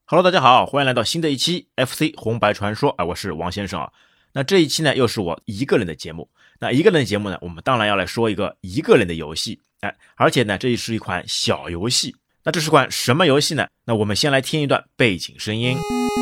Hello， 大家好，欢迎来到新的一期 FC 红白传说我是王先生啊。那这一期呢，又是我一个人的节目。那一个人的节目呢，我们当然要来说一个一个人的游戏，而且呢，这是一款小游戏。那这是款什么游戏呢？那我们先来听一段背景声音。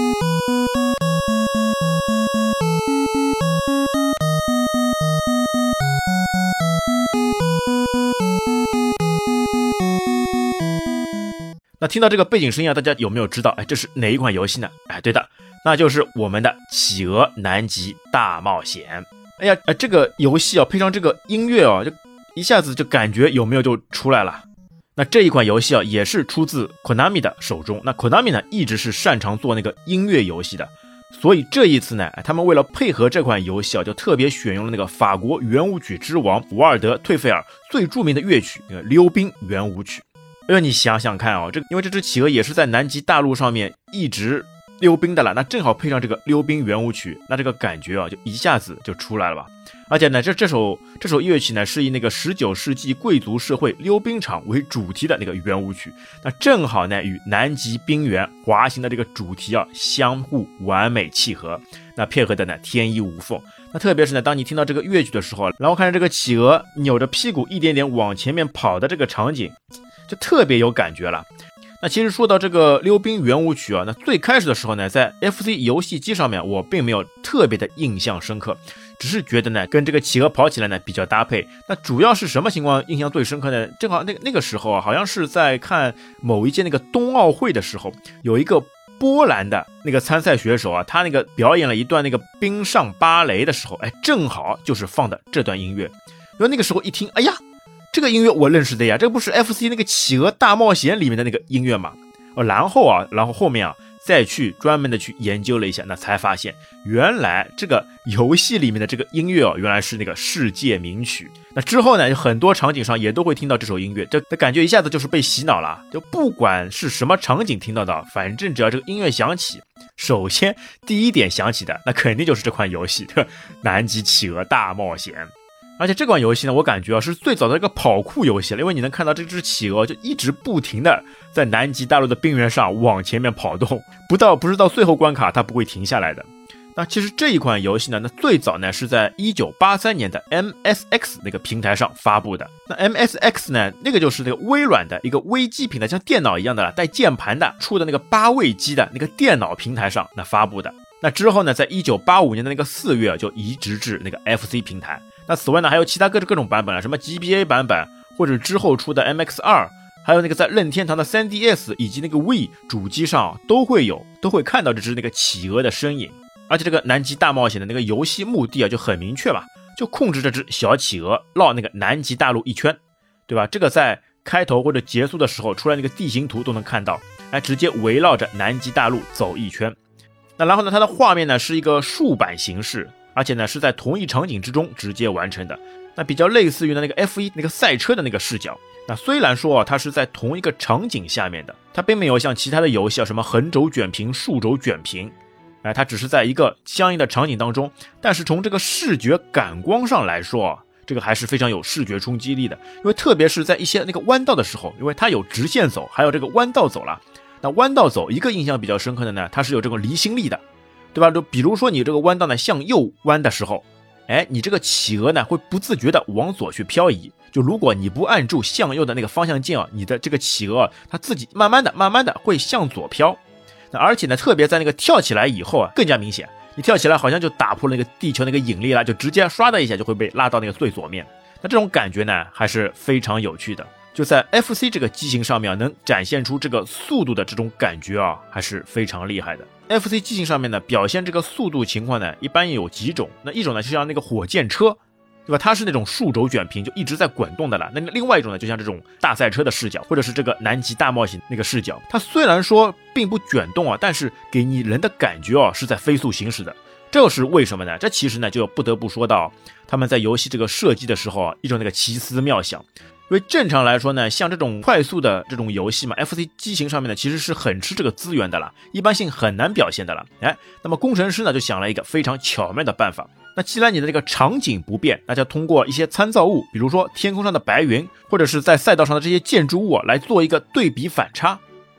那听到这个背景声音大家有没有知道这是哪一款游戏呢？对的，那就是我们的企鹅南极大冒险。这个游戏配上这个音乐就一下子就感觉有没有就出来了。那这一款游戏也是出自 Konami 的手中。那 Konami 呢一直是擅长做那个音乐游戏的，所以这一次呢，他们为了配合这款游戏就特别选用了那个法国圆舞曲之王瓦尔德退费尔最著名的乐曲那个溜冰圆舞曲。你想想看因为这只企鹅也是在南极大陆上面一直溜冰的了，那正好配上这个溜冰圆舞曲，那这个感觉就一下子就出来了吧。而且呢，这首乐曲呢是以那个19世纪贵族社会溜冰场为主题的那个圆舞曲，那正好呢与南极冰原滑行的这个主题相互完美契合，那配合的呢天衣无缝。那特别是呢，当你听到这个乐曲的时候，然后看着这个企鹅扭着屁股一点点往前面跑的这个场景，就特别有感觉了。那其实说到这个溜冰圆舞曲那最开始的时候呢，在 FC 游戏机上面我并没有特别的印象深刻，只是觉得呢跟这个企鹅跑起来呢比较搭配。那主要是什么情况印象最深刻呢？正好那个时候好像是在看某一届那个冬奥会的时候，有一个波兰的那个参赛选手他那个表演了一段那个冰上芭蕾的时候，正好就是放的这段音乐。因为那个时候一听，这个音乐我认识的呀，这不是 FC 那个企鹅大冒险里面的那个音乐吗？然后后面再去专门的去研究了一下，那才发现原来这个游戏里面的这个音乐原来是那个世界名曲。那之后呢，很多场景上也都会听到这首音乐，这感觉一下子就是被洗脑了。就不管是什么场景听到的，反正只要这个音乐响起，首先第一点响起的那肯定就是这款游戏的南极企鹅大冒险。而且这款游戏呢，我感觉是最早的一个跑酷游戏了，因为你能看到这只企鹅就一直不停的在南极大陆的冰原上往前面跑动，不是到最后关卡它不会停下来的。那其实这一款游戏呢，那最早呢是在1983年的 MSX 那个平台上发布的。那 MSX 呢，那个就是那个微软的一个微机平台，像电脑一样的带键盘的出的那个8位机的那个电脑平台上那发布的。那之后呢，在1985年的那个4月就移植至那个 FC 平台。那此外呢，还有其他各种版本什么 GBA 版本，或者之后出的 MX2， 还有那个在任天堂的 3DS 以及那个 Wii 主机上都会看到这只那个企鹅的身影。而且这个南极大冒险的那个游戏目的就很明确嘛，就控制这只小企鹅绕那个南极大陆一圈，对吧？这个在开头或者结束的时候出来那个地形图都能看到，直接围绕着南极大陆走一圈。那然后呢，它的画面呢是一个竖版形式，而且呢是在同一场景之中直接完成的。那比较类似于那个 F1 那个赛车的那个视角。那虽然说它是在同一个场景下面的，它并没有像其他的游戏什么横轴卷屏、竖轴卷屏，它只是在一个相应的场景当中，但是从这个视觉感光上来说这个还是非常有视觉冲击力的。因为特别是在一些那个弯道的时候，因为它有直线走还有这个弯道走了。那弯道走一个印象比较深刻的呢，它是有这种离心力的，对吧？就比如说你这个弯道呢向右弯的时候，你这个企鹅呢会不自觉的往左去漂移。就如果你不按住向右的那个方向键你的这个企鹅它自己慢慢的会向左飘。那而且呢，特别在那个跳起来以后更加明显，你跳起来好像就打破了那个地球那个引力了，就直接刷的一下就会被拉到那个最左面。那这种感觉呢还是非常有趣的。就在 FC 这个机型上面能展现出这个速度的这种感觉还是非常厉害的。FC 机型上面呢表现这个速度情况呢一般有几种。那一种呢就像那个火箭车，对吧？它是那种竖轴卷屏就一直在滚动的了。那另外一种呢就像这种大赛车的视角，或者是这个南极大冒险那个视角，它虽然说并不卷动但是给你人的感觉是在飞速行驶的。这是为什么呢？这其实呢就不得不说到他们在游戏这个设计的时候一种那个奇思妙想。因为正常来说呢，像这种快速的这种游戏嘛 ，FC 机型上面呢其实是很吃这个资源的了，一般性很难表现的了。那么工程师呢就想了一个非常巧妙的办法。那既然你的这个场景不变，那就通过一些参照物，比如说天空上的白云，或者是在赛道上的这些建筑物来做一个对比反差。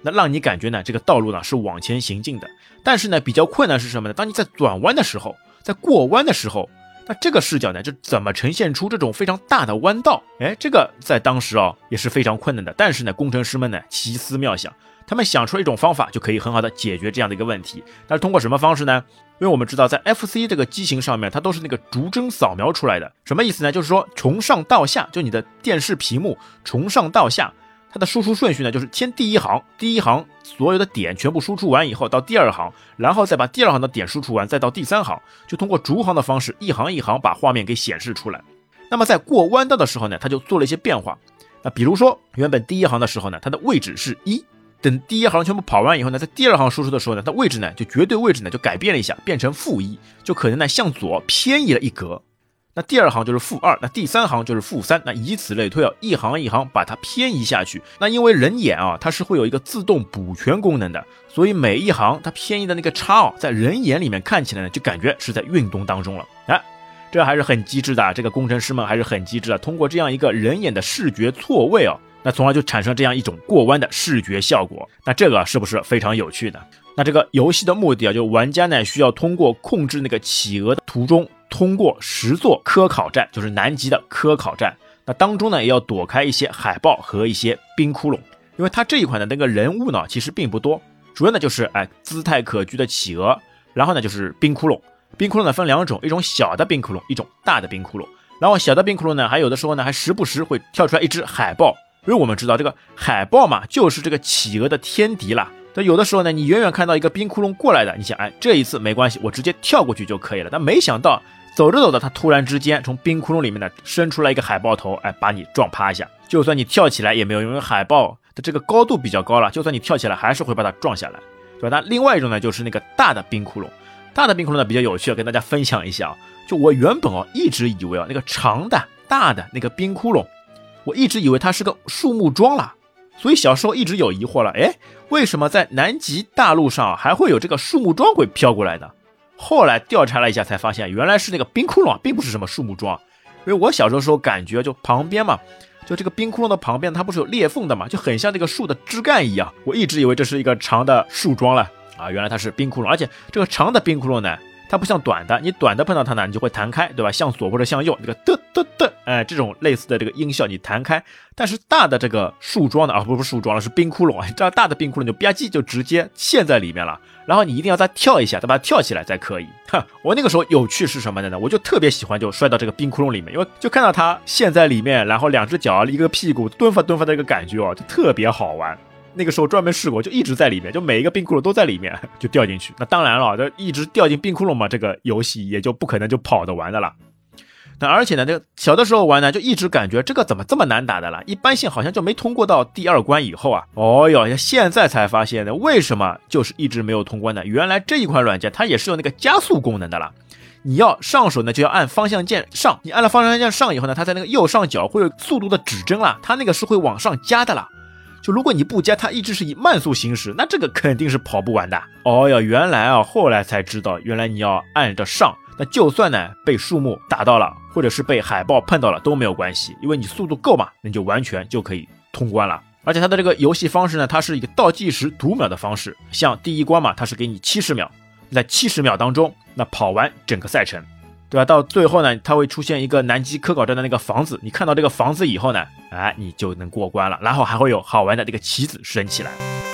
那让你感觉呢这个道路呢是往前行进的。但是呢比较困难是什么呢？当你在转弯的时候，在过弯的时候，那这个视角呢就怎么呈现出这种非常大的弯道？这个在当时也是非常困难的。但是呢工程师们呢奇思妙想，他们想出了一种方法，就可以很好的解决这样的一个问题。但是通过什么方式呢？因为我们知道在 FC 这个机型上面，它都是那个逐帧扫描出来的。什么意思呢？就是说从上到下，就你的电视屏幕从上到下，它的输出顺序呢就是先第一行所有的点全部输出完以后到第二行，然后再把第二行的点输出完，再到第三行，就通过逐行的方式一行一行把画面给显示出来。那么在过弯道的时候呢，它就做了一些变化。那比如说原本第一行的时候呢，它的位置是1，等第一行全部跑完以后呢，在第二行输出的时候呢，它位置呢就绝对位置呢就改变了一下，变成-1，就可能呢向左偏移了一格。那第二行就是-2，那第三行就是-3，那以此类推一行一行把它偏移下去。那因为人眼它是会有一个自动补全功能的，所以每一行它偏移的那个差在人眼里面看起来呢，就感觉是在运动当中了。这还是很机智的，这个工程师们还是很机智的，通过这样一个人眼的视觉错位那从而就产生这样一种过弯的视觉效果。那这个是不是非常有趣的？那这个游戏的目的就玩家呢需要通过控制那个企鹅的途中，通过10座科考站，就是南极的科考站。那当中呢也要躲开一些海豹和一些冰窟窿，因为它这一款的那个人物呢其实并不多，主要呢就是姿态可掬的企鹅，然后呢就是冰窟窿。冰窟窿呢分2种，一种小的冰窟窿，一种大的冰窟窿。然后小的冰窟窿呢还有的时候呢还时不时会跳出来一只海豹。因为我们知道这个海豹嘛就是这个企鹅的天敌啦。有的时候呢你远远看到一个冰窟窿过来的，你想这一次没关系，我直接跳过去就可以了。但没想到走着走着，它突然之间从冰窟窿里面呢伸出来一个海豹头，把你撞趴下。就算你跳起来也没有用，因为海豹的这个高度比较高了，就算你跳起来还是会把它撞下来，对吧？那另外一种呢就是那个大的冰窟窿。大的冰窟窿呢比较有趣，跟大家分享一下就我原本一直以为那个长的大的那个冰窟窿，我一直以为它是个树木桩啦，所以小时候一直有疑惑了，为什么在南极大陆上还会有这个树木桩会飘过来呢？后来调查了一下才发现，原来是那个冰窟窿并不是什么树木桩。因为我小时候感觉就旁边嘛，就这个冰窟窿的旁边它不是有裂缝的嘛，就很像这个树的枝干一样，我一直以为这是一个长的树桩了原来它是冰窟窿。而且这个长的冰窟窿呢它不像短的，你短的碰到它呢你就会弹开，对吧？向左或者向右，这个嘚嘚嘚这种类似的这个音效你弹开。但是大的这个树桩呢不是树桩了，是冰窟窿这样大的冰窟窿就吧唧就直接陷在里面了，然后你一定要再跳一下，再把它跳起来才可以。我那个时候有趣是什么的呢？我就特别喜欢就摔到这个冰窟窿里面，因为就看到它陷在里面，然后2只脚一个屁股蹲发的一个感觉就特别好玩。那个时候专门试过，就一直在里面，就每一个冰窟窿都在里面，就掉进去。那当然了，这一直掉进冰窟窿嘛，这个游戏也就不可能就跑得完的了。那而且呢，这个小的时候玩呢，就一直感觉这个怎么这么难打的了，一般性好像就没通过到第2关以后现在才发现呢，为什么就是一直没有通关呢？原来这一款软件它也是有那个加速功能的了。你要上手呢，就要按方向键上，你按了方向键上以后呢，它在那个右上角会有速度的指针啦，它那个是会往上加的啦。就如果你不加，它一直是以慢速行驶，那这个肯定是跑不完的。原来后来才知道，原来你要按着上，那就算呢被树木打到了，或者是被海豹碰到了都没有关系，因为你速度够嘛，那你就完全就可以通关了。而且它的这个游戏方式呢，它是一个倒计时读秒的方式，像第1关嘛，它是给你70秒，在70秒当中那跑完整个赛程，对吧？到最后呢，它会出现一个南极科考站的那个房子，你看到这个房子以后呢，你就能过关了，然后还会有好玩的这个旗子升起来。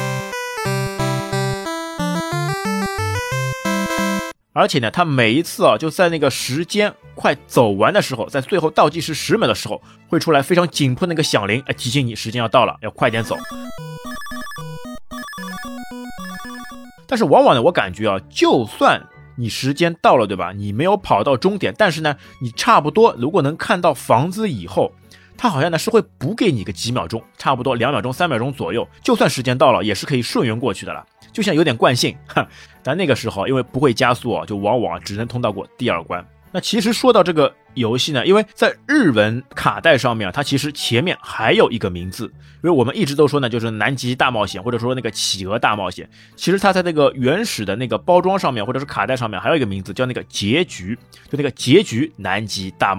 而且呢，它每一次就在那个时间快走完的时候，在最后倒计时10秒的时候，会出来非常紧迫的那个响铃，提醒你时间要到了，要快点走。但是往往呢，我感觉就算你时间到了，对吧？你没有跑到终点，但是呢，你差不多如果能看到房子以后，它好像呢是会补给你个几秒钟，差不多2秒钟、3秒钟左右，就算时间到了，也是可以顺延过去的了，就像有点惯性。但那个时候因为不会加速就往往只能通到过第2关。那其实说到这个游戏呢，因为在日文卡带上面它其实前面还有一个名字，因为我们一直都说呢就是南极大冒险，或者说那个企鹅大冒险，其实它在那个原始的那个包装上面或者是卡带上面还有一个名字叫那个结局，就那个结局南极大冒险。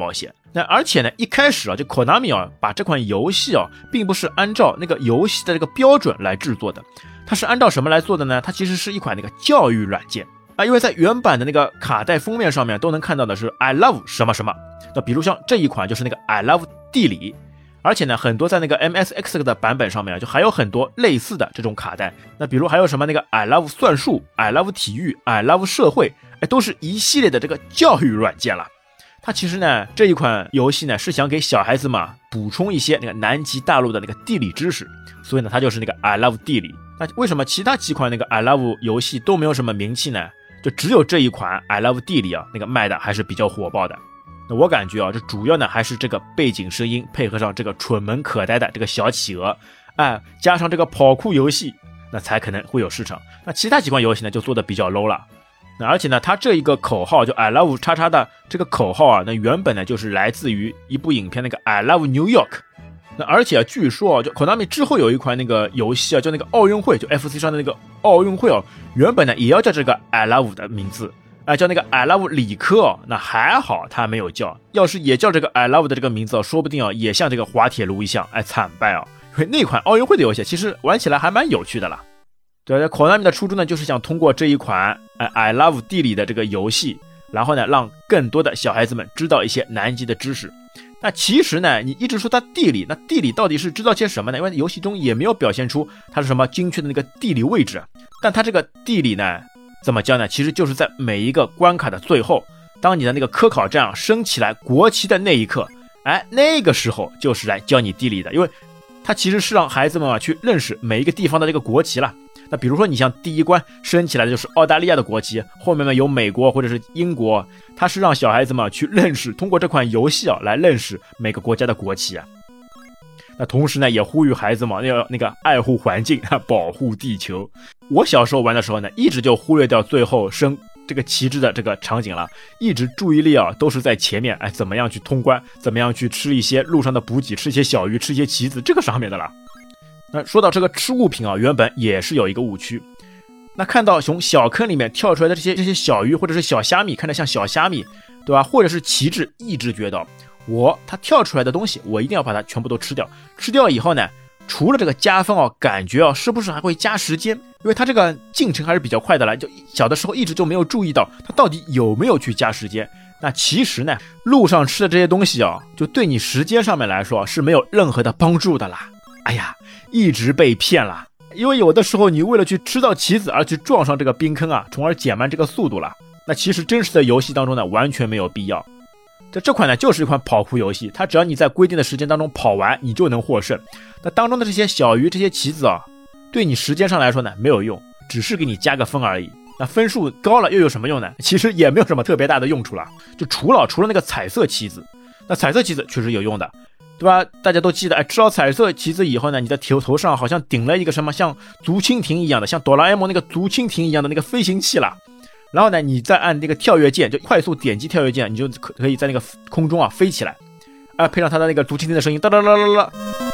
那而且呢，一开始啊，就 Konami 啊，把这款游戏啊，并不是按照那个游戏的这个标准来制作的，它是按照什么来做的呢？它其实是一款那个教育软件啊，因为在原版的那个卡带封面上面都能看到的是 I love 什么什么，那比如像这一款就是那个 I love 地理，而且呢，很多在那个 MSX 的版本上面就还有很多类似的这种卡带，那比如还有什么那个 I love 算术、I love 体育、I love 社会，都是一系列的这个教育软件了。它其实呢，这一款游戏呢是想给小孩子嘛补充一些那个南极大陆的那个地理知识，所以呢，它就是那个 I love 地理。那为什么其他几款那个 I love 游戏都没有什么名气呢？就只有这一款 I love 地理啊，那个卖的还是比较火爆的。那我感觉啊，这主要呢还是这个背景声音配合上这个蠢萌可呆的这个小企鹅，加上这个跑酷游戏，那才可能会有市场。那其他几款游戏呢就做的比较 low 了。那而且呢，它这一个口号就 I love 叉叉的这个口号啊，那原本呢就是来自于一部影片那个 I love New York。那而且据说啊，就 Konami 之后有一款那个游戏啊，叫那个奥运会，就 FC 上的那个奥运会啊，原本呢也要叫这个 I love 的名字，叫那个 I love 理科哦。那还好它没有叫，要是也叫这个 I love 的这个名字哦，说不定也像这个滑铁卢一样，惨败哦。因为那款奥运会的游戏其实玩起来还蛮有趣的啦。对，Konami 的初衷呢，就是想通过这一款I love 地理的这个游戏，然后呢，让更多的小孩子们知道一些南极的知识。那其实呢，你一直说它地理，那地理到底是知道些什么呢？因为游戏中也没有表现出它是什么精确的那个地理位置，但它这个地理呢，怎么教呢？其实就是在每一个关卡的最后，当你的那个科考站升起来国旗的那一刻，那个时候就是来教你地理的，因为它其实是让孩子们去认识每一个地方的这个国旗了。那比如说你像第一关升起来的就是澳大利亚的国旗，后面有美国或者是英国，它是让小孩子们去认识，通过这款游戏来认识每个国家的国旗啊。那同时呢，也呼吁孩子们要那个爱护环境，保护地球。我小时候玩的时候呢，一直就忽略掉最后升这个旗帜的这个场景了，一直注意力都是在前面，怎么样去通关，怎么样去吃一些路上的补给，吃一些小鱼，吃一些旗子，这个上面的了。那说到这个吃物品原本也是有一个误区。那看到从小坑里面跳出来的这些小鱼或者是小虾米，看着像小虾米，对吧？或者是旗帜，一直觉得它跳出来的东西，我一定要把它全部都吃掉。吃掉以后呢，除了这个加分感觉是不是还会加时间？因为它这个进程还是比较快的了，就小的时候一直就没有注意到它到底有没有去加时间。那其实呢，路上吃的这些东西就对你时间上面来说是没有任何的帮助的啦。哎呀，一直被骗了。因为有的时候你为了去吃到棋子而去撞上这个冰坑从而减慢这个速度了，那其实真实的游戏当中呢，完全没有必要。这款呢就是一款跑酷游戏，它只要你在规定的时间当中跑完，你就能获胜。那当中的这些小鱼这些棋子对你时间上来说呢没有用，只是给你加个分而已。那分数高了又有什么用呢？其实也没有什么特别大的用处了，就除了那个彩色棋子。那彩色棋子确实有用的，对吧？大家都记得，吃到彩色棋子以后呢，你的头上好像顶了一个什么像竹蜻蜓一样的，像哆啦 A 梦那个竹蜻蜓一样的那个飞行器了。然后呢，你再按那个跳跃键，就快速点击跳跃键，你就可以在那个空中飞起来，配上它的那个竹蜻蜓的声音，哒哒哒哒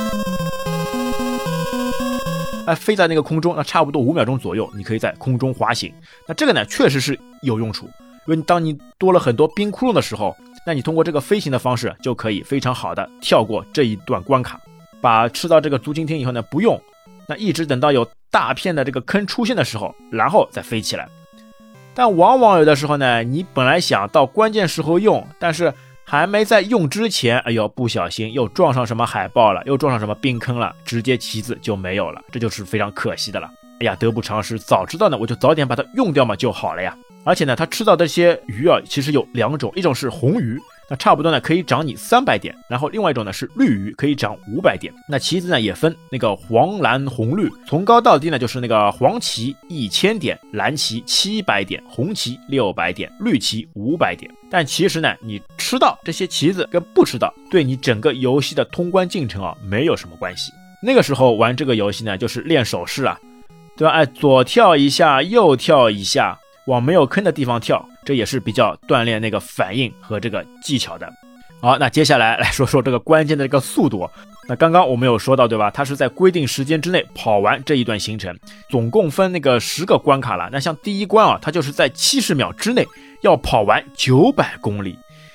哒，飞在那个空中，那差不多5秒钟左右，你可以在空中滑行。那这个呢，确实是有用处，因为当你多了很多冰窟窿的时候，那你通过这个飞行的方式就可以非常好的跳过这一段关卡。把吃到这个竹蜻蜓以后呢，不用，那一直等到有大片的这个坑出现的时候，然后再飞起来。但往往有的时候呢，你本来想到关键时候用，但是还没在用之前，不小心又撞上什么海豹了，又撞上什么冰坑了，直接棋子就没有了，这就是非常可惜的了。得不偿失，早知道呢，我就早点把它用掉嘛就好了呀。而且呢，它吃到这些鱼其实有2种，一种是红鱼，那差不多呢可以涨你300点，然后另外一种呢是绿鱼，可以涨500点。那旗子呢也分那个黄蓝红绿，从高到低呢就是那个黄旗1000点，蓝旗700点，红旗600点，绿旗500点。但其实呢，你吃到这些旗子跟不吃到，对你整个游戏的通关进程没有什么关系。那个时候玩这个游戏呢，就是练手势啊，对吧？左跳一下，右跳一下，往没有坑的地方跳，这也是比较锻炼那个反应和这个技巧的。好，那接下来说说这个关键的这个速度。那刚刚我们有说到，对吧？它是在规定时间之内跑完这一段行程，总共分那个10个关卡了。那像第一关它就是在70秒之内要跑完900公里。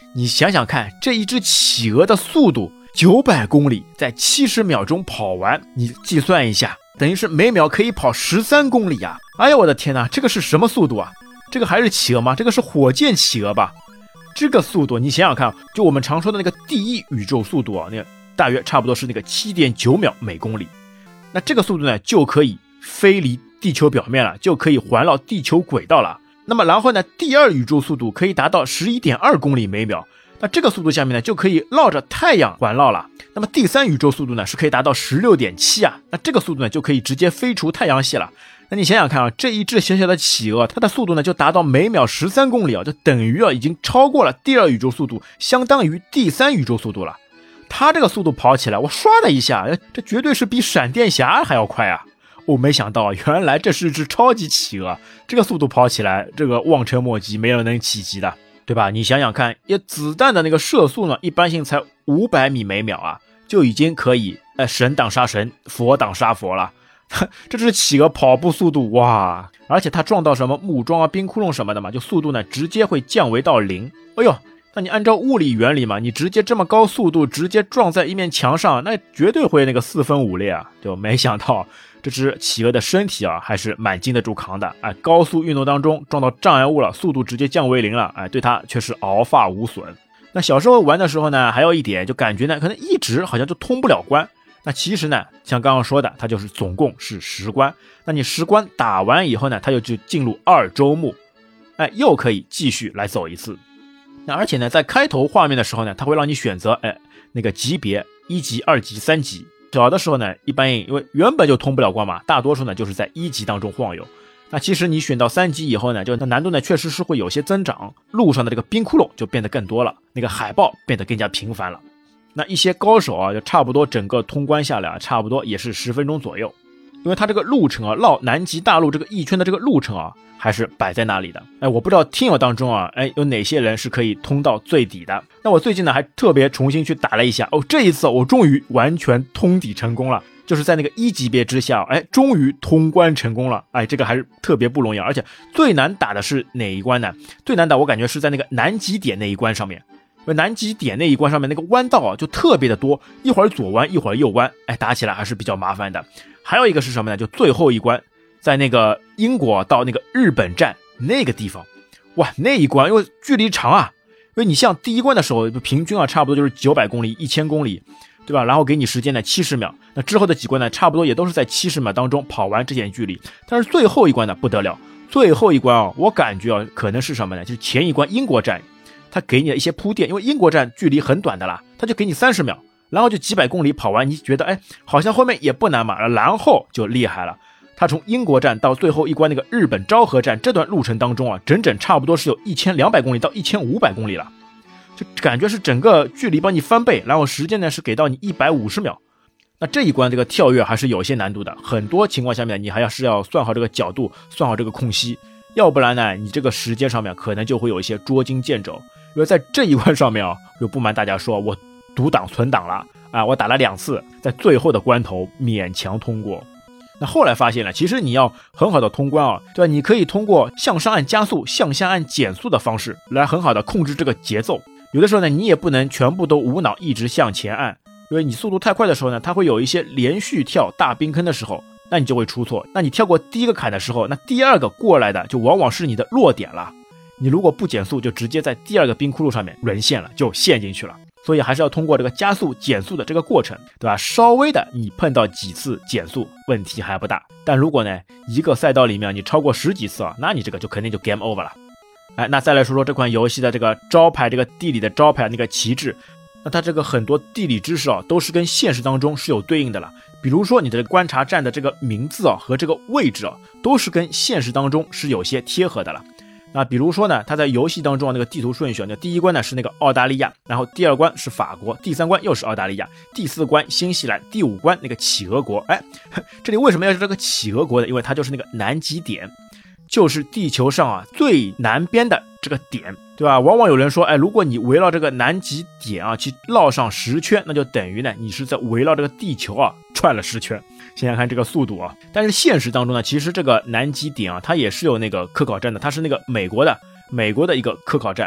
你想想看，这一只企鹅的速度900公里在70秒钟跑完，你计算一下，等于是每秒可以跑13公里啊！哎呀，我的天哪，这个是什么速度啊？这个还是企鹅吗？这个是火箭企鹅吧？这个速度你想想看，就我们常说的那个第一宇宙速度啊，那个大约差不多是那个 7.9 秒每公里。那这个速度呢，就可以飞离地球表面了，就可以环绕地球轨道了。那么然后呢，第二宇宙速度可以达到 11.2 公里每秒，那这个速度下面呢，就可以绕着太阳环绕了。那么第三宇宙速度呢，是可以达到 16.7 啊，那这个速度呢，就可以直接飞出太阳系了。那你想想看啊，这一只小小的企鹅，它的速度呢，就达到每秒13公里啊，就等于已经超过了第二宇宙速度，相当于第三宇宙速度了。它这个速度跑起来，我唰的一下，这绝对是比闪电侠还要快啊！我没想到原来这是只超级企鹅，这个速度跑起来，这个望尘莫及，没人能企及的，对吧？你想想看，子弹的那个射速呢，一般性才500米每秒啊，就已经可以神挡杀神，佛挡杀佛了。这只企鹅跑步速度哇，而且它撞到什么木桩啊、冰窟窿什么的嘛，就速度呢直接会降为到0。哎呦，那你按照物理原理嘛，你直接这么高速度直接撞在一面墙上，那绝对会那个4分5裂啊！就没想到这只企鹅的身体啊，还是蛮经得住扛的。高速运动当中撞到障碍物了，速度直接降为0了，对它却是毫发无损。那小时候玩的时候呢，还有一点就感觉呢，可能一直好像就通不了关。那其实呢，像刚刚说的，它就是总共是10关。那你10关打完以后呢，它就进入2周目，又可以继续来走一次。那而且呢，在开头画面的时候呢，它会让你选择那个级别1级、2级、3级。小的时候呢，一般因为原本就通不了关嘛，大多数呢就是在1级当中晃悠。那其实你选到3级以后呢，就难度呢确实是会有些增长，路上的这个冰窟窿就变得更多了，那个海豹变得更加频繁了。那一些高手啊，就差不多整个通关下来啊，差不多也是10分钟左右，因为它这个路程啊，绕南极大陆这个一圈的这个路程啊，还是摆在那里的。我不知道听友当中啊，有哪些人是可以通到最底的。那我最近呢，还特别重新去打了一下，这一次我终于完全通底成功了，就是在那个1级别之下，终于通关成功了。这个还是特别不容易，而且最难打的是哪一关呢？最难打我感觉是在那个南极点那一关上面。因为南极点那一关上面那个弯道啊，就特别的多，一会儿左弯一会儿右弯，打起来还是比较麻烦的。还有一个是什么呢？就最后一关，在那个英国到那个日本站那个地方，哇，那一关因为距离长啊，因为你像第一关的时候，平均啊差不多就是900公里、1000公里，对吧？然后给你时间呢70秒，那之后的几关呢，差不多也都是在70秒当中跑完这点距离。但是最后一关呢不得了，最后一关啊，我感觉啊可能是什么呢？就是前一关英国站。他给你的一些铺垫，因为英国站距离很短的啦，他就给你30秒，然后就几百公里跑完，你觉得好像后面也不难嘛，然后就厉害了。他从英国站到最后一关那个日本昭和站这段路程当中啊，整整差不多是有1200公里到1500公里了，就感觉是整个距离帮你翻倍，然后时间呢是给到你150秒。那这一关这个跳跃还是有些难度的，很多情况下面你还要算好这个角度，算好这个空隙，要不然呢你这个时间上面可能就会有一些捉襟见肘。因为在这一关上面啊，就不瞒大家说，我读档存档了啊，我打了2次，在最后的关头勉强通过。那后来发现了，其实你要很好的通关啊，对吧？你可以通过向上按加速、向下按减速的方式来很好的控制这个节奏。有的时候呢，你也不能全部都无脑一直向前按，因为你速度太快的时候呢，它会有一些连续跳大冰坑的时候，那你就会出错。那你跳过第一个坎的时候，那第二个过来的就往往是你的落点了。你如果不减速，就直接在第二个冰窟窿上面沦陷了，就陷进去了。所以还是要通过这个加速减速的这个过程，对吧？稍微的你碰到几次减速问题还不大，但如果呢一个赛道里面你超过10几次啊，那你这个就肯定就 game over 了。那再来说说这款游戏的这个招牌，这个地理的招牌那个旗帜，那它这个很多地理知识啊都是跟现实当中是有对应的了。比如说你的观察站的这个名字啊和这个位置啊都是跟现实当中是有些贴合的了。那比如说呢，它在游戏当中那个地图顺序，那第一关呢是那个澳大利亚，然后第二关是法国，第三关又是澳大利亚，第四关新西兰，第5关那个企鹅国。这里为什么要是这个企鹅国呢？因为它就是那个南极点，就是地球上啊最南边的这个点，对吧？往往有人说，如果你围绕这个南极点啊去绕上10圈，那就等于呢你是在围绕这个地球啊转了10圈。想想看这个速度啊！但是现实当中呢，其实这个南极点啊，它也是有那个科考站的，它是那个美国的一个科考站。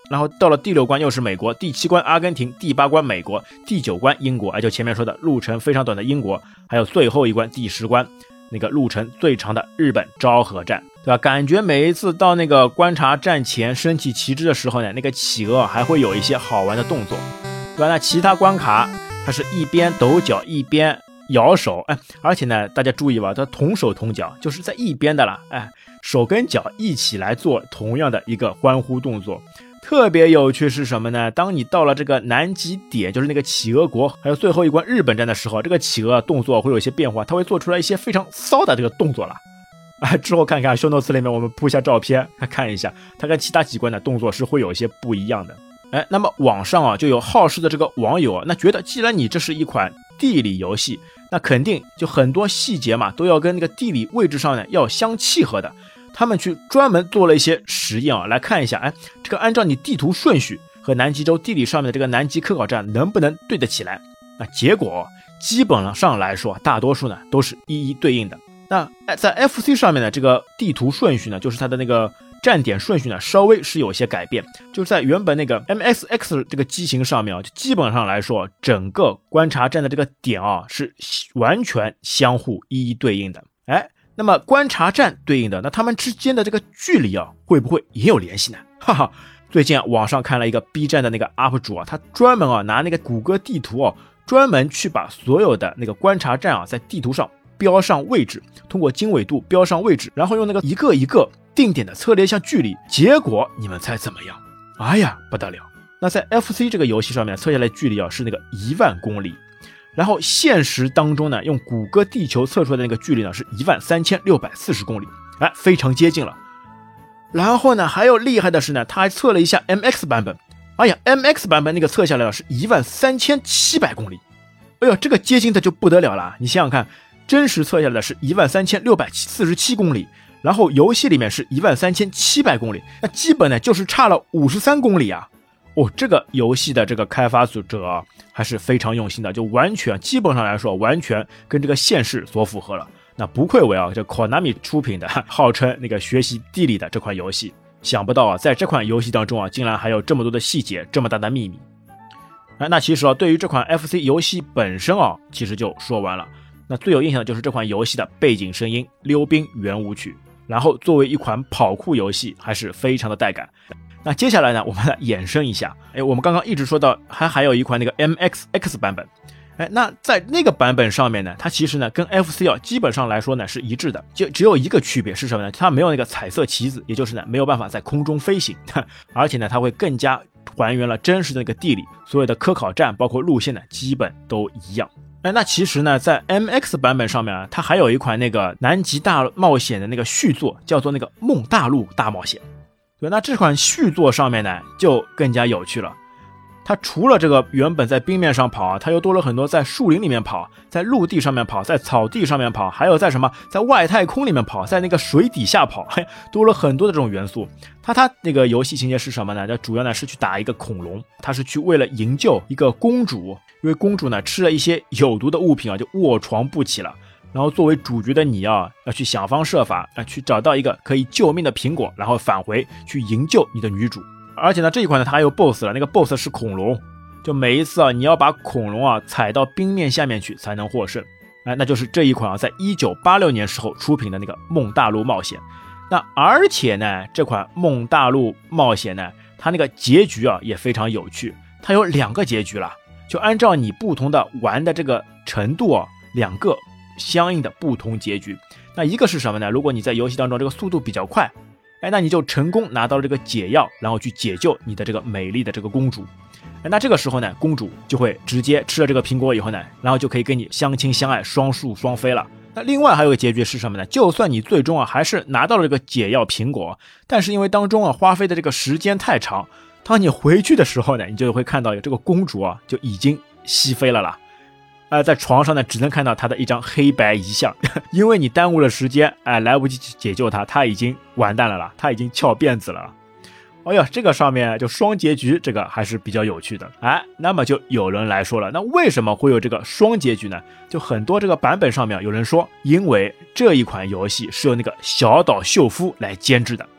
然后到了第6关又是美国，第7关阿根廷，第8关美国，第9关英国，就前面说的路程非常短的英国，还有最后一关第10关那个路程最长的日本昭和站，对吧？感觉每一次到那个观察站前升起旗帜的时候呢，那个企鹅还会有一些好玩的动作，对吧？那其他关卡它是一边抖脚一边摇手，而且呢，大家注意吧，它同手同脚，就是在一边的啦，手跟脚一起来做同样的一个欢呼动作。特别有趣是什么呢？当你到了这个南极点，就是那个企鹅国，还有最后一关日本站的时候，这个企鹅动作会有一些变化，它会做出来一些非常骚的这个动作了。之后看看show notes里面我们铺一下照片，看一下，它跟其他几关的动作是会有一些不一样的。那么网上就有好事的这个网友那觉得既然你这是一款地理游戏，那肯定就很多细节嘛都要跟那个地理位置上呢要相契合的。他们去专门做了一些实验来看一下，这个按照你地图顺序和南极洲地理上面的这个南极科考站能不能对得起来。那结果基本上来说，大多数呢都是一一对应的。那在 FC 上面的这个地图顺序呢，就是它的那个站点顺序呢稍微是有些改变，就是在原本那个 MSX 这个机型上面就基本上来说整个观察站的这个点是完全相互一一对应的。那么观察站对应的，那他们之间的这个距离会不会也有联系呢？最近网上看了一个 B 站的那个 UP 主他专门拿那个谷歌地图专门去把所有的那个观察站在地图上标上位置，通过经纬度标上位置，然后用那个一个一个定点的测了一下距离，结果你们猜怎么样？不得了！那在 FC 这个游戏上面测下来距离是那个10000公里。然后现实当中呢，用谷歌地球测出来的那个距离呢是13640公里，非常接近了。然后呢，还有厉害的是呢，他还测了一下 MX 版本，MX 版本那个测下来是13700公里，这个接近的就不得了了。你想想看，真实测下来的是13647公里，然后游戏里面是13700公里，那基本呢就是差了53公里啊。这个游戏的这个开发者还是非常用心的，就完全基本上来说完全跟这个现实所符合了。那不愧为这 Konami 出品的号称那个学习地理的这款游戏，想不到在这款游戏当中竟然还有这么多的细节，这么大的秘密。那其实对于这款 FC 游戏本身其实就说完了。那最有印象的就是这款游戏的背景声音《溜冰圆舞曲》，然后作为一款跑酷游戏还是非常的带感。那接下来呢，我们来衍生一下，我们刚刚一直说到还有一款那个 MXX 版本，那在那个版本上面呢，它其实呢跟 FC 基本上来说呢是一致的，就只有一个区别是什么呢？它没有那个彩色旗子，也就是呢没有办法在空中飞行，而且呢它会更加还原了真实的那个地理，所有的科考站包括路线呢基本都一样。那其实呢在 MX 版本上面它还有一款那个南极大冒险的那个续作，叫做那个梦大陆大冒险。对，那这款续作上面呢就更加有趣了，它除了这个原本在冰面上跑它又多了很多在树林里面跑，在陆地上面跑，在草地上面跑，还有在在外太空里面跑，在那个水底下跑，多了很多的这种元素。它那个游戏情节是什么呢？它主要呢是去打一个恐龙，它是去为了营救一个公主，因为公主呢吃了一些有毒的物品就卧床不起了。然后作为主角的你要去想方设法去找到一个可以救命的苹果，然后返回去营救你的女主。而且呢这一款呢它还有 BOSS 了，那个 BOSS 是恐龙，就每一次你要把恐龙踩到冰面下面去才能获胜。那就是这一款在1986年时候出品的那个梦大陆冒险。那而且呢这款梦大陆冒险呢它那个结局也非常有趣，它有2个结局了，就按照你不同的玩的这个程度2个相应的不同结局。那一个是什么呢？如果你在游戏当中这个速度比较快，那你就成功拿到了这个解药，然后去解救你的这个美丽的这个公主。那这个时候呢公主就会直接吃了这个苹果以后呢，然后就可以跟你相亲相爱，双宿双飞了。那另外还有一个结局是什么呢？就算你最终还是拿到了这个解药苹果，但是因为当中花费的这个时间太长，当你回去的时候呢，你就会看到这个公主就已经西飞了啦。在床上呢只能看到她的一张黑白遗像，因为你耽误了时间，来不及解救她，她已经完蛋了啦，她已经翘辫子了。这个上面就双结局，这个还是比较有趣的。那么就有人来说了，那为什么会有这个双结局呢？就很多这个版本上面有人说，因为这一款游戏是由那个小岛秀夫来监制的。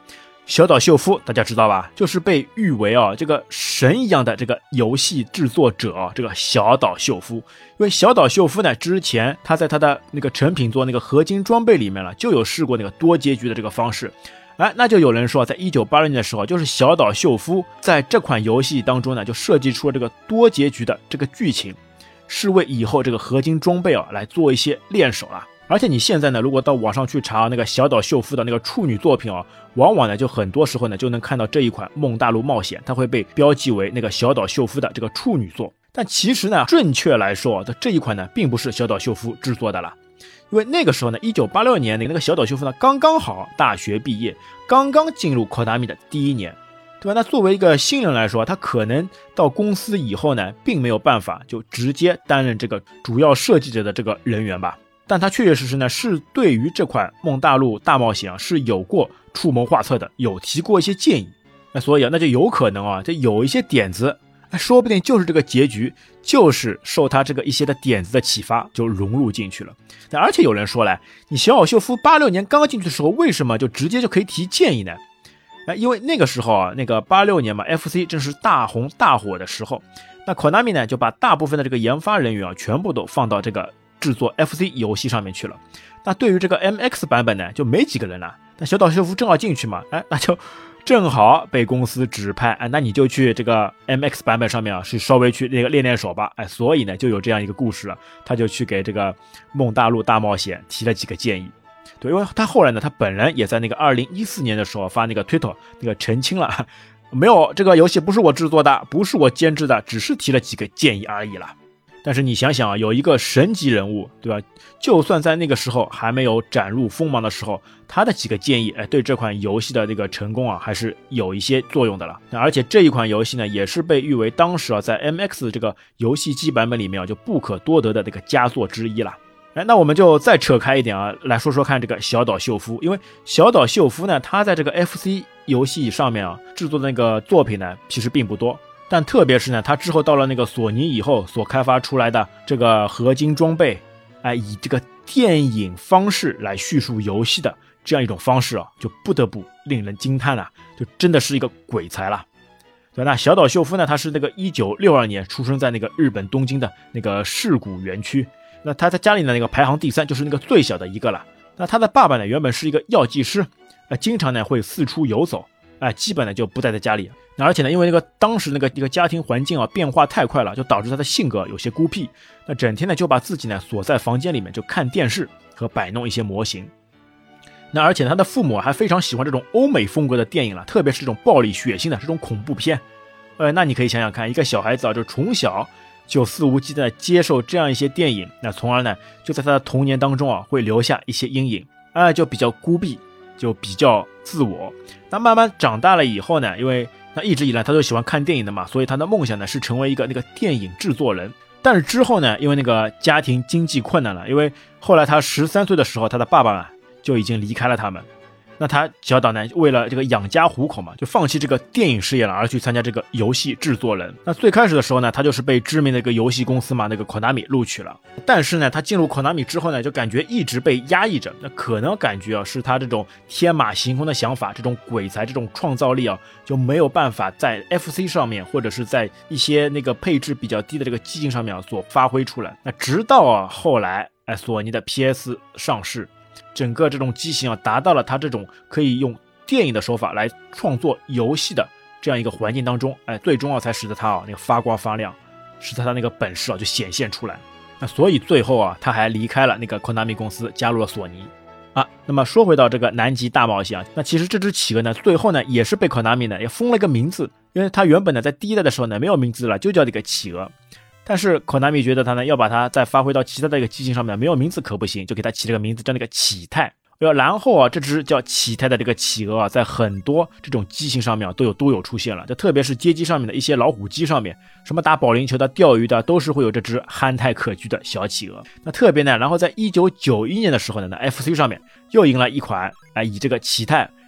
小岛秀夫大家知道吧，就是被誉为这个神一样的这个游戏制作者这个小岛秀夫。因为小岛秀夫呢，之前他在他的那个成品作那个合金装备里面了，就有试过那个多结局的这个方式。那就有人说，在1986年的时候，就是小岛秀夫在这款游戏当中呢，就设计出了这个多结局的这个剧情，是为以后这个合金装备来做一些练手了。而且你现在呢，如果到网上去查那个小岛秀夫的那个处女作品往往呢就很多时候呢就能看到这一款《梦大陆冒险》，它会被标记为那个小岛秀夫的这个处女作。但其实呢，准确来说，这一款呢并不是小岛秀夫制作的了。因为那个时候呢，1986年那个小岛秀夫呢刚刚好大学毕业，刚刚进入 Konami 的第一年，对吧？那作为一个新人来说，他可能到公司以后呢，并没有办法就直接担任这个主要设计者的这个人员吧。但他确确实实呢，是对于这款《梦大陆大冒险》是有过出谋划策的，有提过一些建议。那所以那就有可能这有一些点子，说不定就是这个结局，就是受他这个一些的点子的启发，就融入进去了。那而且有人说了，你小岛秀夫86年刚刚进去的时候，为什么就直接就可以提建议呢？因为那个时候那个86年嘛 ，FC 正是大红大火的时候，那 Konami 呢就把大部分的这个研发人员全部都放到这个制作 FC 游戏上面去了。那对于这个 MX 版本呢，就没几个人了。那小岛秀夫正好进去嘛，那就正好被公司指派，那你就去这个 MX 版本上面是稍微去那个练练手吧。所以呢，就有这样一个故事了，他就去给这个梦大陆大冒险提了几个建议。对，因为他后来呢，他本人也在那个2014年的时候发那个 Twitter 那个澄清了，没有，这个游戏不是我制作的，不是我监制的，只是提了几个建议而已了。但是你想想有一个神级人物，对吧？就算在那个时候还没有展露锋芒的时候，他的几个建议，对这款游戏的这个成功还是有一些作用的了。而且这一款游戏呢，也是被誉为当时在 MX 这个游戏机版本里面就不可多得的这个佳作之一了。那我们就再扯开一点来说说看这个小岛秀夫。因为小岛秀夫呢，他在这个 FC 游戏上面制作的那个作品呢，其实并不多。但特别是呢，他之后到了那个索尼以后所开发出来的这个合金装备，以这个电影方式来叙述游戏的这样一种方式就不得不令人惊叹了，就真的是一个鬼才了。对，那小岛秀夫呢，他是那个1962年出生在那个日本东京的那个世谷园区。那他在家里的那个排行第3，就是那个最小的一个了。那他的爸爸呢，原本是一个药剂师，经常呢会四处游走，基本呢就不待在家里。那而且呢，因为那个当时那个一个家庭环境变化太快了，就导致他的性格有些孤僻。那整天呢就把自己呢锁在房间里面，就看电视和摆弄一些模型。那而且他的父母还非常喜欢这种欧美风格的电影了，特别是这种暴力血腥的这种恐怖片。那你可以想想看，一个小孩子就从小就肆无忌惮的接受这样一些电影，那从而呢就在他的童年当中会留下一些阴影，就比较孤僻，就比较自我。那慢慢长大了以后呢，因为那一直以来他都喜欢看电影的嘛，所以他的梦想呢是成为一个那个电影制作人。但是之后呢，因为那个家庭经济困难了，因为后来他13岁的时候，他的爸爸就已经离开了他们。那他小岛呢，为了这个养家糊口嘛，就放弃这个电影事业了，而去参加这个游戏制作人。那最开始的时候呢，他就是被知名的一个游戏公司嘛，那个 Konami 录取了。但是呢，他进入 Konami 之后呢，就感觉一直被压抑着。那可能感觉是他这种天马行空的想法，这种鬼才，这种创造力就没有办法在 FC 上面，或者是在一些那个配置比较低的这个机型上面所发挥出来。那直到后来索尼的 PS 上市，整个这种机型达到了它这种可以用电影的手法来创作游戏的这样一个环境当中，最终才使得它那个发光发亮，使得它那个本事就显现出来。那所以最后他还离开了那个 Konami 公司，加入了索尼。那么说回到这个南极大冒险那其实这只企鹅呢，最后呢也是被 Konami 呢也封了一个名字，因为它原本呢在第一代的时候呢没有名字了，就叫这个企鹅。但是 Konami 觉得它呢要把它再发挥到其他的一个机型上面，没有名字可不行，就给它起了个名字叫那个启泰。然后这只叫启泰的这个企鹅在很多这种机型上面都有出现了，就特别是街机上面的一些老虎机上面，什么打保龄球的、钓鱼的，都是会有这只憨态可掬的小企鹅。那特别呢，然后在1991年的时候呢，那 FC 上面又迎来一款以这个启泰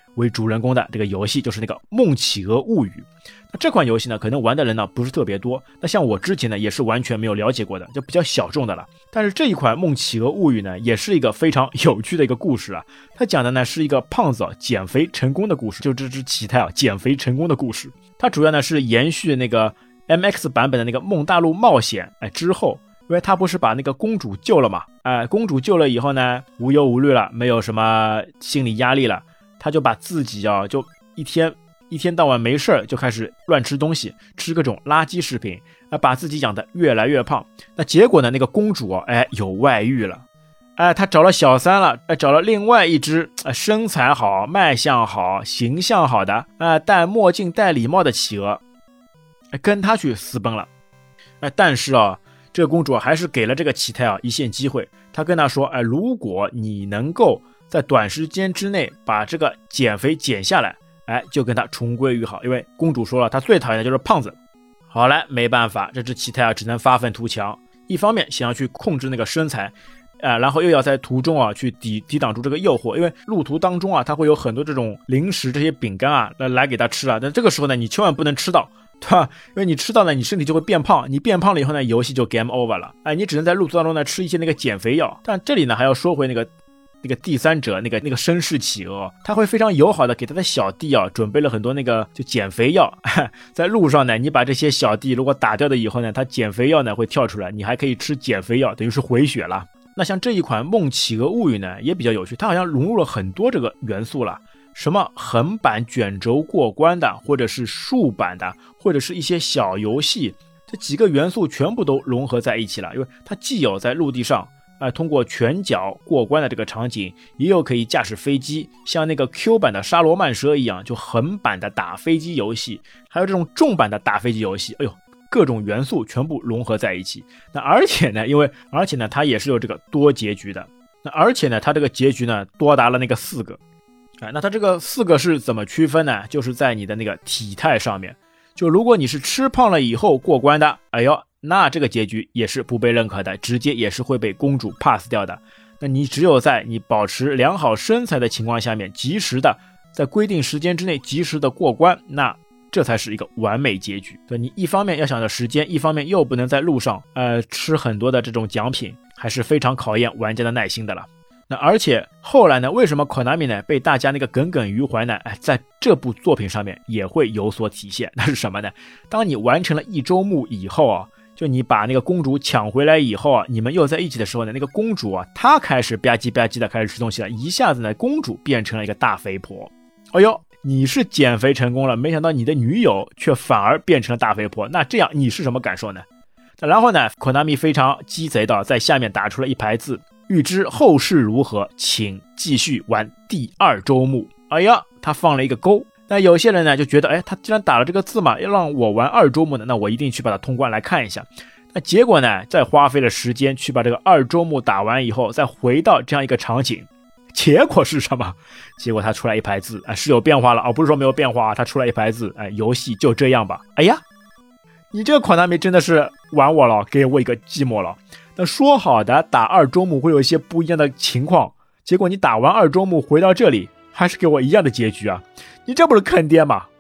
为主人公的这个游戏，就是那个《梦企鹅物语》。那这款游戏呢，可能玩的人呢不是特别多，那像我之前呢也是完全没有了解过的，就比较小众的了。但是这一款《梦企鹅物语》呢，也是一个非常有趣的一个故事啊。它讲的呢是一个胖子减肥成功的故事，就这只企鹅减肥成功的故事。它主要呢是延续那个 MX 版本的那个《梦大陆冒险》之后。因为他不是把那个公主救了嘛，公主救了以后呢，无忧无虑了，没有什么心理压力了，他就把自己就一天到晚没事儿就开始乱吃东西，吃各种垃圾食品，把自己养得越来越胖。那结果呢，那个公主有外遇了，她找了小三了，找了另外一只身材好、卖相好、形象好的戴墨镜、戴礼帽的企鹅，跟他去私奔了。但是这个公主还是给了这个企鹅一线机会，她跟他说，如果你能够在短时间之内把这个减肥减下来，就跟他重归于好。因为公主说了，她最讨厌的就是胖子。好了，没办法，这只企鹅只能发愤图强，一方面想要去控制那个身材，然后又要在途中去抵挡住这个诱惑，因为路途当中它会有很多这种零食、这些饼干来给他吃了。但这个时候呢，你千万不能吃到。对吧？因为你吃到了，你身体就会变胖，你变胖了以后呢，游戏就 game over 了。你只能在路途当中呢吃一些那个减肥药。但这里呢还要说回那个第三者，那个绅士企鹅，他会非常友好的给他的小弟准备了很多那个就减肥药。在路上呢，你把这些小弟如果打掉的以后呢，他减肥药呢会跳出来，你还可以吃减肥药，等于是回血了。那像这一款《梦企鹅物语》呢也比较有趣，它好像融入了很多这个元素了。什么横版卷轴过关的，或者是竖版的，或者是一些小游戏，这几个元素全部都融合在一起了。因为它既有在陆地上通过拳脚过关的这个场景，也有可以驾驶飞机，像那个 Q 版的沙罗曼蛇一样，就横版的打飞机游戏，还有这种重版的打飞机游戏，各种元素全部融合在一起。那而且呢它也是有这个多结局的。那而且呢它这个结局呢多达了那个4个。那它这个4个是怎么区分呢？就是在你的那个体态上面，就如果你是吃胖了以后过关的，那这个结局也是不被认可的，直接也是会被公主 pass 掉的。那你只有在你保持良好身材的情况下面，及时的在规定时间之内及时的过关，那这才是一个完美结局。对，你一方面要想着时间，一方面又不能在路上吃很多的这种奖品，还是非常考验玩家的耐心的了。那而且后来呢，为什么 Konami 呢被大家那个耿耿于怀呢？在这部作品上面也会有所体现。那是什么呢？当你完成了1周目以后就你把那个公主抢回来以后你们又在一起的时候呢，那个公主她开始吧唧吧唧的开始吃东西了，一下子呢，公主变成了一个大肥婆。你是减肥成功了，没想到你的女友却反而变成了大肥婆，那这样你是什么感受呢？然后呢 Konami 非常鸡贼的在下面打出了一排字，欲知后事如何，请继续玩第2周目。他放了一个勾。那有些人呢就觉得，他既然打了这个字嘛，要让我玩2周目呢，那我一定去把它通关来看一下。那结果呢，再花费了时间去把这个2周目打完以后，再回到这样一个场景，结果是什么？结果他出来一排字，是有变化了不是说没有变化，他出来一排字，游戏就这样吧。你这个Konami真的是玩我了，给我一个寂寞了。那说好的打2周目会有一些不一样的情况，结果你打完2周目回到这里，还是给我一样的结局你这不是坑爹吗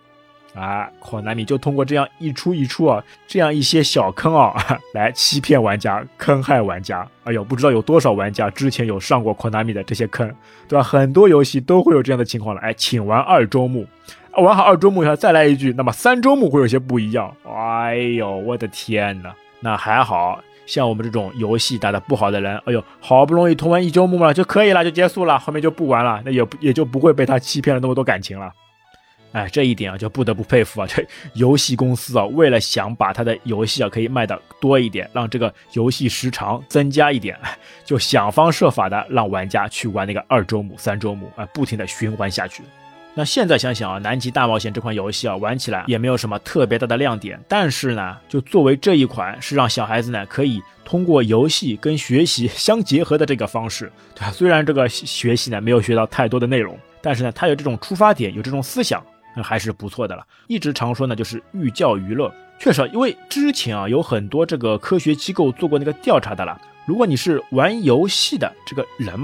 ？Konami 就通过这样一出这样一些小坑来欺骗玩家，坑害玩家。不知道有多少玩家之前有上过 Konami 的这些坑，对吧？很多游戏都会有这样的情况了。请玩2周目，玩好2周目以后再来一句，那么3周目会有些不一样。我的天哪！那还好，像我们这种游戏打得不好的人，好不容易通完1周目了就可以了，就结束了，后面就不玩了，那也就不会被他欺骗了那么多感情了。这一点就不得不佩服这游戏公司为了想把他的游戏可以卖得多一点，让这个游戏时长增加一点，就想方设法的让玩家去玩那个2周目、3周目，不停的循环下去。那现在想想南极大冒险这款游戏玩起来也没有什么特别大的亮点，但是呢，就作为这一款是让小孩子呢可以通过游戏跟学习相结合的这个方式，对吧？虽然这个学习呢没有学到太多的内容，但是呢，它有这种出发点，有这种思想，还是不错的了。一直常说呢，就是寓教于乐。确实，因为之前有很多这个科学机构做过那个调查的了。如果你是玩游戏的这个人嘛，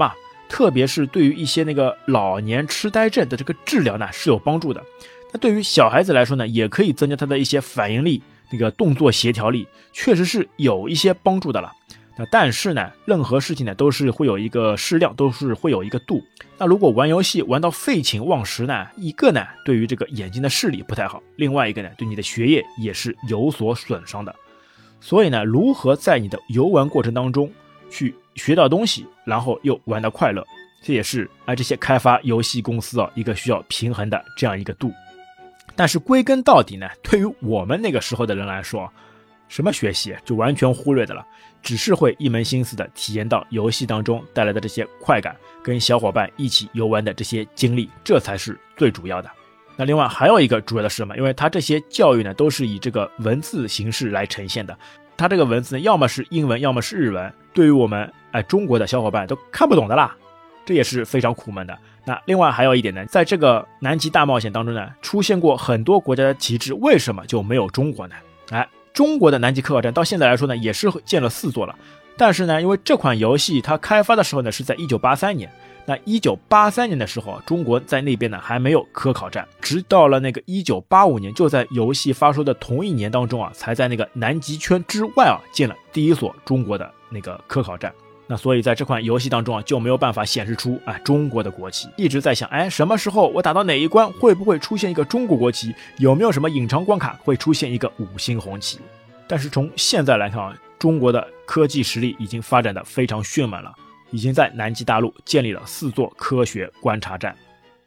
特别是对于一些那个老年痴呆症的这个治疗呢是有帮助的。那对于小孩子来说呢，也可以增加他的一些反应力，那个动作协调力，确实是有一些帮助的了。那但是呢，任何事情呢都是会有一个适量，都是会有一个度。那如果玩游戏玩到废寝忘食呢，一个呢对于这个眼睛的视力不太好，另外一个呢对你的学业也是有所损伤的。所以呢，如何在你的游玩过程当中去学到东西，然后又玩到快乐，这也是这些开发游戏公司一个需要平衡的这样一个度。但是归根到底呢，对于我们那个时候的人来说，什么学习就完全忽略的了，只是会一门心思的体验到游戏当中带来的这些快感，跟小伙伴一起游玩的这些经历，这才是最主要的。那另外还有一个主要的是什么？因为它这些教育呢都是以这个文字形式来呈现的，它这个文字呢要么是英文，要么是日文，对于我们中国的小伙伴都看不懂的啦，这也是非常苦闷的。那另外还有一点呢，在这个南极大冒险当中呢，出现过很多国家的旗帜，为什么就没有中国呢？中国的南极科考站到现在来说呢，也是建了4座了。但是呢，因为这款游戏它开发的时候呢是在1983年，那1983年的时候，中国在那边呢还没有科考站，直到了那个1985年，就在游戏发售的同一年当中才在那个南极圈之外建了第一所中国的那个科考站。那所以在这款游戏当中就没有办法显示出中国的国旗，一直在想什么时候我打到哪一关会不会出现一个中国国旗，有没有什么隐藏关卡会出现一个5星红旗。但是从现在来看中国的科技实力已经发展得非常迅猛了，已经在南极大陆建立了4座科学观察站。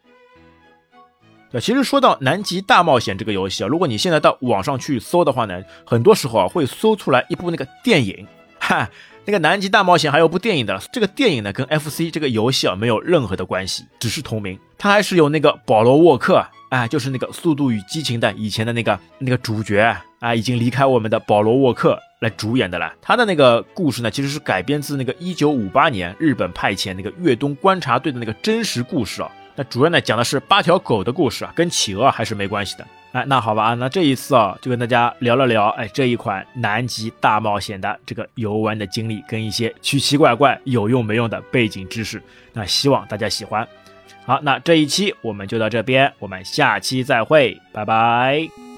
其实说到南极大冒险这个游戏如果你现在到网上去搜的话呢，很多时候会搜出来一部那个电影，那个南极大冒险还有部电影的，这个电影呢跟 FC 这个游戏没有任何的关系，只是同名。它还是有那个保罗沃克就是那个速度与激情的以前的那个主角已经离开我们的保罗沃克来主演的了。他的那个故事呢其实是改编自那个1958年日本派遣那个越冬观察队的那个真实故事那主要呢讲的是8条狗的故事跟企鹅还是没关系的。那好吧那这一次就跟大家聊了聊这一款南极大冒险的这个游玩的经历，跟一些奇奇怪怪有用没用的背景知识，那希望大家喜欢。好，那这一期我们就到这边，我们下期再会，拜拜。